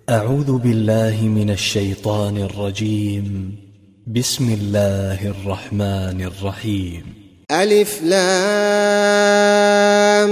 أعوذ بالله من الشيطان الرجيم. بسم الله الرحمن الرحيم. ألف لام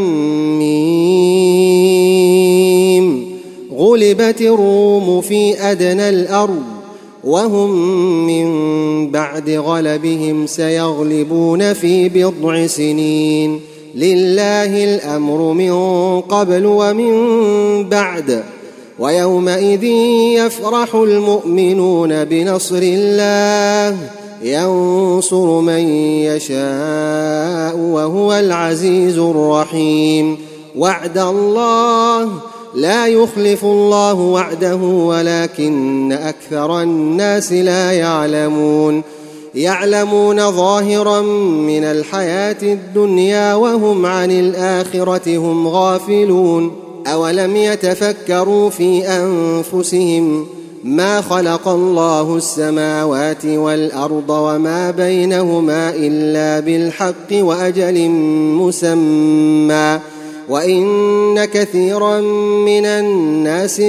ميم. غلبت الروم في أدنى الأرض وهم من بعد غلبهم سيغلبون في بضع سنين. لله الأمر من قبل ومن بعد ويومئذ يفرح المؤمنون بنصر الله ينصر من يشاء وهو العزيز الرحيم. وعد الله لا يخلف الله وعده ولكن أكثر الناس لا يعلمون. يعلمون ظاهرا من الحياة الدنيا وهم عن الآخرة هم غافلون. أولم يتفكروا في أنفسهم ما خلق الله السماوات والأرض وما بينهما إلا بالحق وأجل مسمى وإن كثيرا من الناس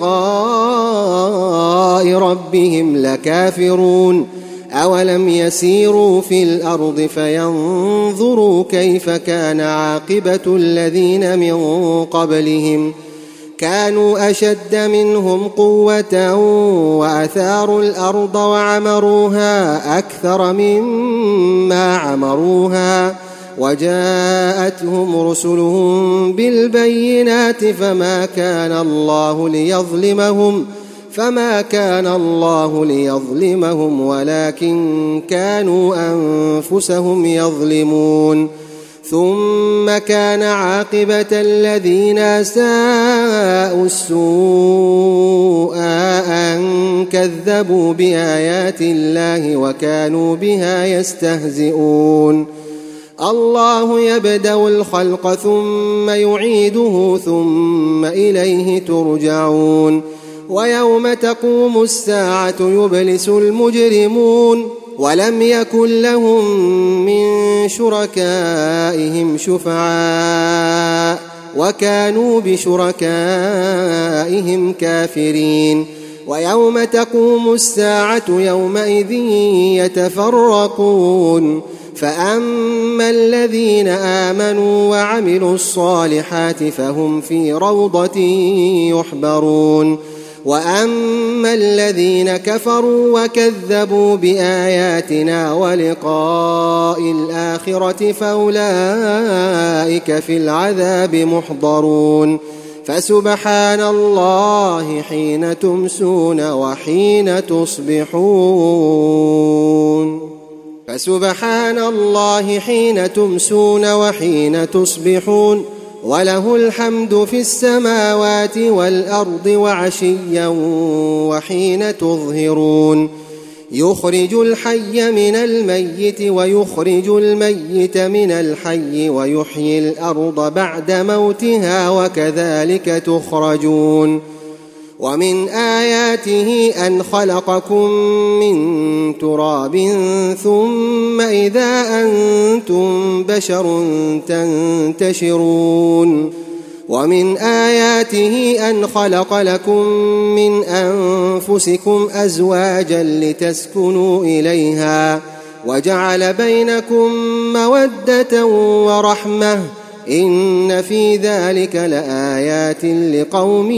بلقاء ربهم لكافرون. أولم يسيروا في الأرض فينظروا كيف كان عاقبة الذين من قبلهم كانوا أشد منهم قوة وأثاروا الأرض وعمروها أكثر مما عمروها وجاءتهم رسلهم بالبينات فما كان الله ليظلمهم ولكن كانوا أنفسهم يظلمون. ثم كان عاقبة الذين أساءوا السوء أن كذبوا بآيات الله وكانوا بها يستهزئون. الله يبدأ الخلق ثم يعيده ثم إليه ترجعون. ويوم تقوم الساعة يبلس المجرمون ولم يكن لهم من شركائهم شفعاء وكانوا بشركائهم كافرين. ويوم تقوم الساعة يومئذ يتفرقون فأما الذين آمنوا وعملوا الصالحات فهم في روضة يحبرون وأما الذين كفروا وكذبوا بآياتنا ولقاء الآخرة فأولئك في العذاب محضرون. فسبحان الله حين تمسون وحين تصبحون. فسبحان الله حين تمسون وحين تصبحون وله الحمد في السماوات والأرض وعشيا وحين تظهرون. يخرج الحي من الميت ويخرج الميت من الحي ويحيي الأرض بعد موتها وكذلك تخرجون. ومن آياته أن خلقكم من تراب ثم إذا أنتم بشر تنتشرون. ومن آياته أن خلق لكم من أنفسكم أزواجا لتسكنوا إليها وجعل بينكم مودة ورحمة إن في ذلك لآيات لقوم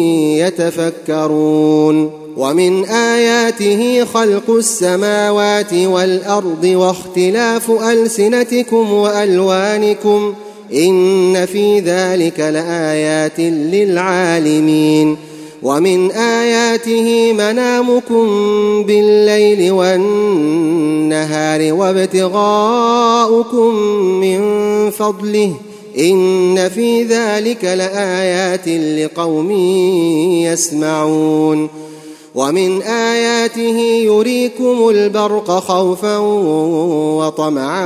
يتفكرون. ومن آياته خلق السماوات والأرض واختلاف ألسنتكم وألوانكم إن في ذلك لآيات للعالمين. ومن آياته منامكم بالليل والنهار وابتغاؤكم من فضله إن في ذلك لآيات لقوم يسمعون. ومن آياته يريكم البرق خوفا وطمعا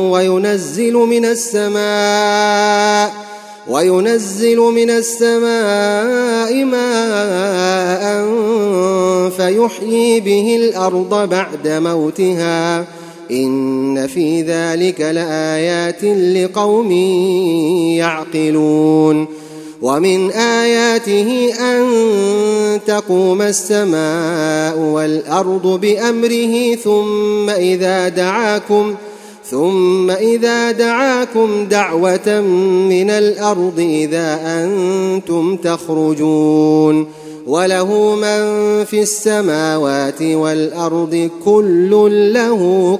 وينزل من السماء ماء فيحيي به الأرض بعد موتها إن في ذلك لآيات لقوم يعقلون. ومن آياته أن تقوم السماء والأرض بأمره ثم إذا دعاكم دعوة من الأرض إذا أنتم تخرجون وله من في السماوات والأرض كل له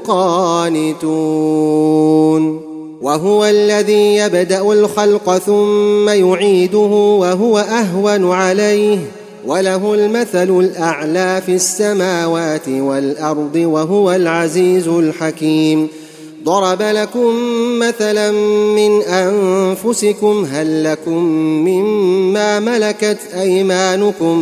قانتون وهو الذي يبدأ الخلق ثم يعيده وهو أهون عليه وله المثل الأعلى في السماوات والأرض وهو العزيز الحكيم ضرب لكم مثلا من أنفسكم هل لكم مما ملكت أيمانكم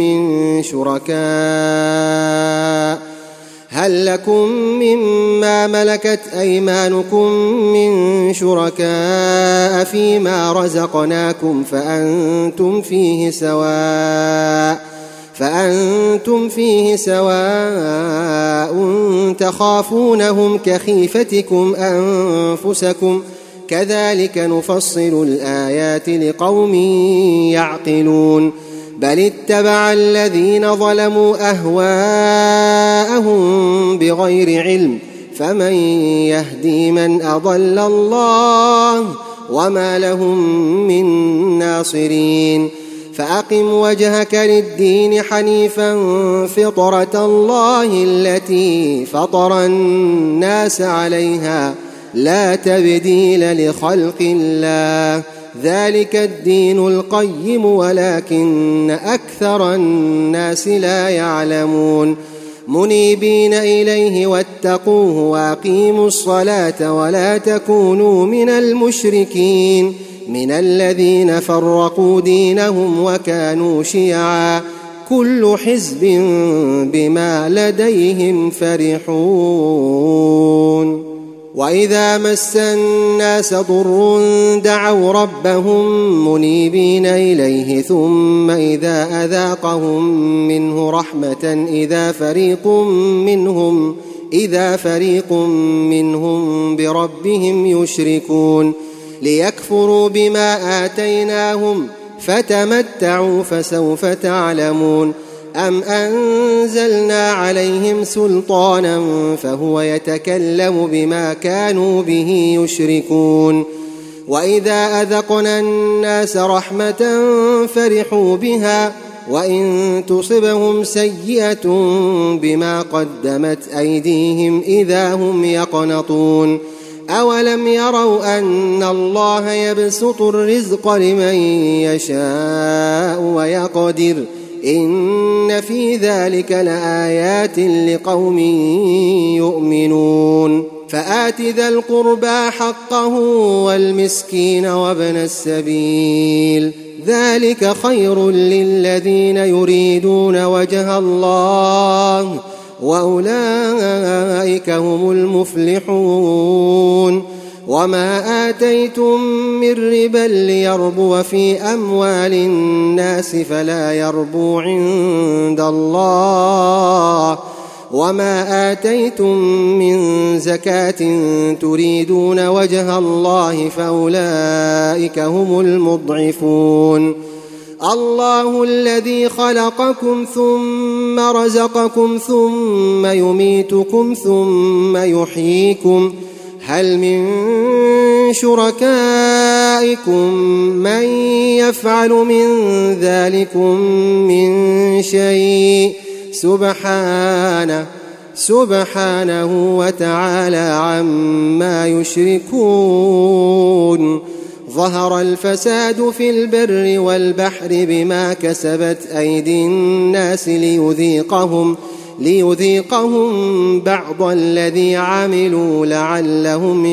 من شركاء فيما رزقناكم فأنتم فيه سواء تخافونهم كخيفتكم أنفسكم كذلك نفصل الآيات لقوم يعقلون بل اتبع الذين ظلموا أهواءهم بغير علم فمن يهدي من أضل الله وما لهم من ناصرين فأقم وجهك للدين حنيفا فطرة الله التي فطر الناس عليها لا تبديل لخلق الله ذلك الدين القيم ولكن أكثر الناس لا يعلمون منيبين إليه واتقوه وأقيموا الصلاة ولا تكونوا من المشركين من الذين فرقوا دينهم وكانوا شيعا كل حزب بما لديهم فرحون وإذا مس الناس ضر دعوا ربهم منيبين إليه ثم إذا أذاقهم منه رحمة إذا فريق منهم بربهم يشركون ليكفروا بما آتيناهم فتمتعوا فسوف تعلمون أم أنزلنا عليهم سلطانا فهو يتكلم بما كانوا به يشركون وإذا أذقنا الناس رحمة فرحوا بها وإن تصبهم سيئة بما قدمت أيديهم إذا هم يقنطون أولم يروا أن الله يبسط الرزق لمن يشاء ويقدر إن في ذلك لآيات لقوم يؤمنون فآت ذا القربى حقه والمسكين وابن السبيل ذلك خير للذين يريدون وجه الله وأولئك هم المفلحون وما آتيتم من ربا ليربو في أموال الناس فلا يربو عند الله وما آتيتم من زكاة تريدون وجه الله فأولئك هم المضعفون الله الذي خلقكم ثم رزقكم ثم يميتكم ثم يحييكم هل من شركائكم من يفعل من ذلكم من شيء سبحانه وتعالى عما يشركون ظهر الفساد في البر والبحر بما كسبت أيدي الناس ليذيقهم بعض الذي عملوا لعلهم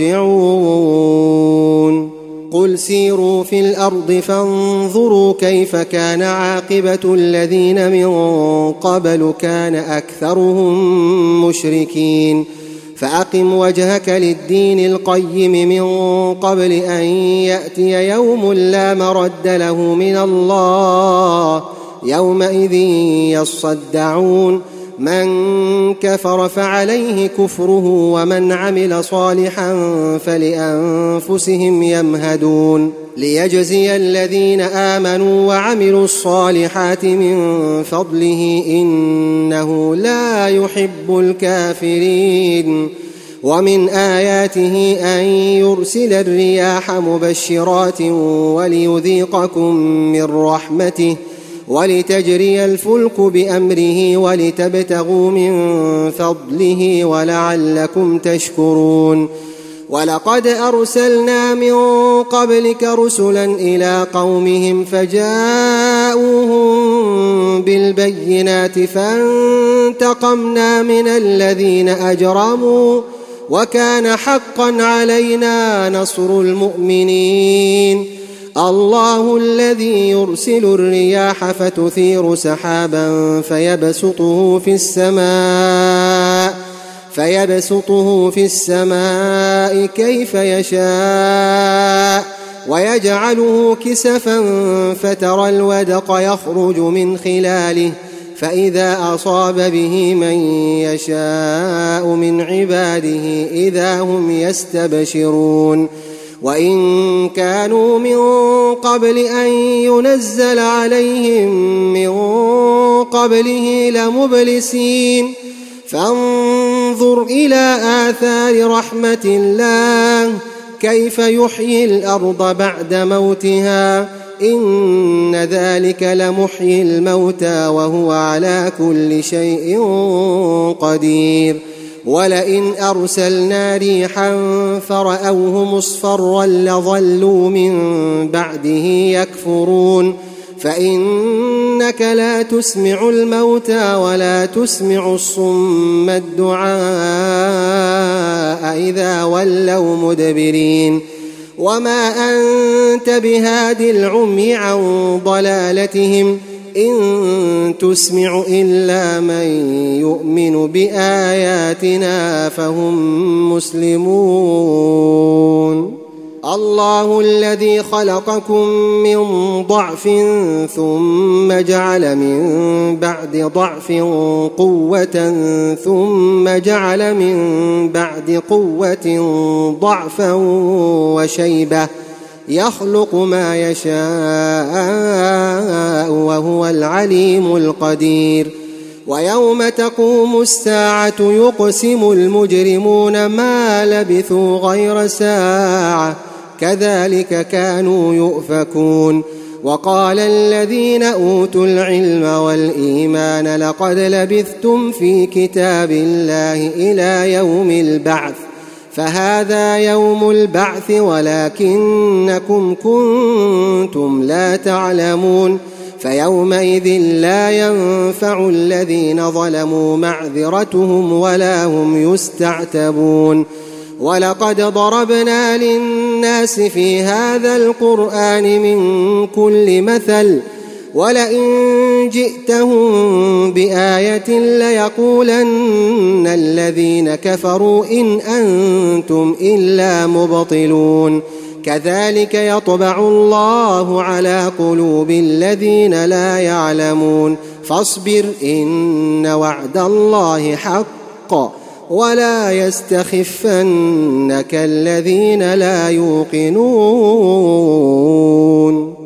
يرجعون قل سيروا في الأرض فانظروا كيف كان عاقبة الذين من قبل كان أكثرهم مشركين فأقم وجهك للدين القيم من قبل أن يأتي يوم لا مرد له من الله يومئذ يصدعون من كفر فعليه كفره ومن عمل صالحا فلأنفسهم يمهدون ليجزي الذين آمنوا وعملوا الصالحات من فضله إنه لا يحب الكافرين. ومن آياته أن يرسل الرياح مبشرات وليذيقكم من رحمته ولتجري الفلك بأمره ولتبتغوا من فضله ولعلكم تشكرون. ولقد أرسلنا من قبلك رسلا إلى قومهم فجاءوهم بالبينات فانتقمنا من الذين أجرموا وكان حقا علينا نصر المؤمنين. الله الذي يرسل الرياح فتثير سحابا فيبسطه في السماء كيف يشاء ويجعله كسفا فترى الودق يخرج من خلاله فإذا أصاب به من يشاء من عباده إذا هم يستبشرون. وإن كانوا من قبل أن ينزل عليهم من قبله لمبلسين. فانظر إلى آثار رحمة الله كيف يحيي الأرض بعد موتها إن ذلك لمحيي الموتى وهو على كل شيء قدير. ولئن أرسلنا ريحا فرأوه مصفرا لظلوا من بعده يكفرون. فإنك لا تسمع الموتى ولا تسمع الصم الدعاء إذا ولوا مدبرين. وما أنت بهاد العمي عن ضلالتهم إن تسمع إلا من يؤمن بآياتنا فهم مسلمون. الله الذي خلقكم من ضعف ثم جعل من بعد ضعف قوة ثم جعل من بعد قوة ضعفا وشيبة يخلق ما يشاء وهو العليم القدير. ويوم تقوم الساعة يقسم المجرمون ما لبثوا غير ساعة كذلك كانوا يؤفكون. وقال الذين أوتوا العلم والإيمان لقد لبثتم في كتاب الله إلى يوم البعث فهذا يوم البعث ولكنكم كنتم لا تعلمون. فيومئذ لا ينفع الذين ظلموا معذرتهم ولا هم يستعتبون. ولقد ضربنا للناس في هذا القرآن من كل مثل ولئن جئتهم بآية ليقولن الذين كفروا إن أنتم إلا مبطلون. كذلك يطبع الله على قلوب الذين لا يعلمون. فاصبر إن وعد الله حق ولا يستخفنك الذين لا يوقنون.